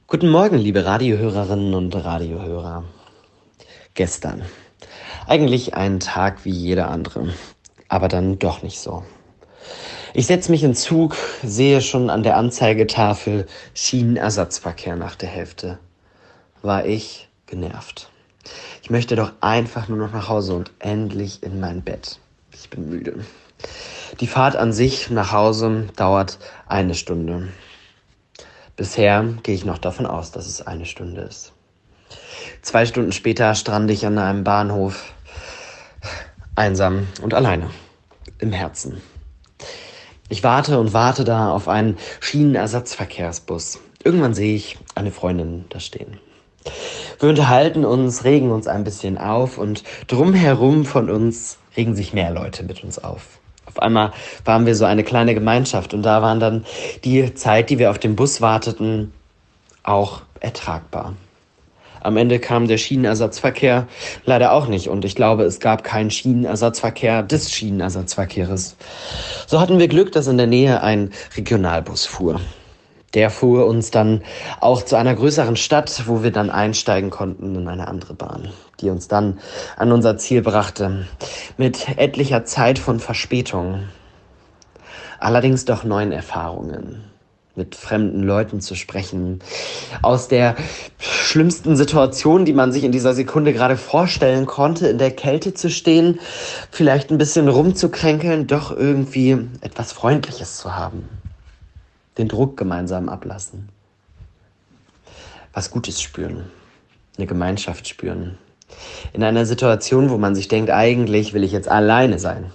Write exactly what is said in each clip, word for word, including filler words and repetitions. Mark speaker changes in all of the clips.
Speaker 1: Guten Morgen, liebe Radiohörerinnen und Radiohörer. Gestern. Eigentlich ein Tag wie jeder andere, aber dann doch nicht so. Ich setze mich in Zug, sehe schon an der Anzeigetafel Schienenersatzverkehr nach der Hälfte. War ich genervt. Ich möchte doch einfach nur noch nach Hause und endlich in mein Bett. Ich bin müde. Die Fahrt an sich nach Hause dauert eine Stunde. Bisher gehe ich noch davon aus, dass es eine Stunde ist. Zwei Stunden später strande ich an einem Bahnhof, einsam und alleine, im Herzen. Ich warte und warte da auf einen Schienenersatzverkehrsbus. Irgendwann sehe ich eine Freundin da stehen. Wir unterhalten uns, regen uns ein bisschen auf und drumherum von uns regen sich mehr Leute mit uns auf. Auf einmal waren wir so eine kleine Gemeinschaft und da waren dann die Zeit, die wir auf den Bus warteten, auch ertragbar. Am Ende kam der Schienenersatzverkehr leider auch nicht und ich glaube, es gab keinen Schienenersatzverkehr des Schienenersatzverkehrs. So hatten wir Glück, dass in der Nähe ein Regionalbus fuhr. Der fuhr uns dann auch zu einer größeren Stadt, wo wir dann einsteigen konnten in eine andere Bahn, die uns dann an unser Ziel brachte, mit etlicher Zeit von Verspätung. Allerdings doch neuen Erfahrungen, mit fremden Leuten zu sprechen, aus der schlimmsten Situation, die man sich in dieser Sekunde gerade vorstellen konnte, in der Kälte zu stehen, vielleicht ein bisschen rumzukränkeln, doch irgendwie etwas Freundliches zu haben. Den Druck gemeinsam ablassen. Was Gutes spüren. Eine Gemeinschaft spüren. In einer Situation, wo man sich denkt, eigentlich will ich jetzt alleine sein.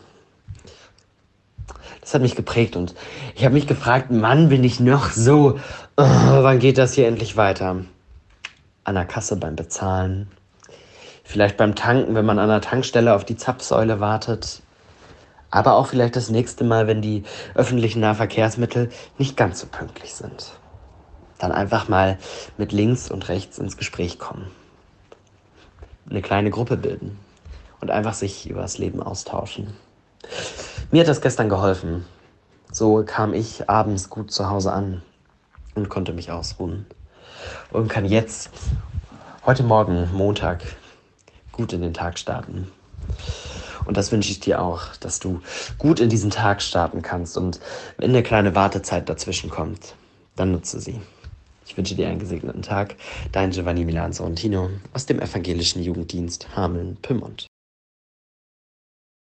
Speaker 1: Das hat mich geprägt und ich habe mich gefragt, Mann, bin ich noch so, oh, wann geht das hier endlich weiter? An der Kasse beim Bezahlen, vielleicht beim Tanken, wenn man an der Tankstelle auf die Zapfsäule wartet, aber auch vielleicht das nächste Mal, wenn die öffentlichen Nahverkehrsmittel nicht ganz so pünktlich sind. Dann einfach mal mit links und rechts ins Gespräch kommen. Eine kleine Gruppe bilden und einfach sich über das Leben austauschen. Mir hat das gestern geholfen. So kam ich abends gut zu Hause an und konnte mich ausruhen. Und kann jetzt, heute Morgen, Montag, gut in den Tag starten. Und das wünsche ich dir auch, dass du gut in diesen Tag starten kannst. Und wenn eine kleine Wartezeit dazwischen kommt, dann nutze sie. Ich wünsche dir einen gesegneten Tag. Dein Giovanni Milan Sorrentino aus dem Evangelischen Jugenddienst Hameln-Pyrmont.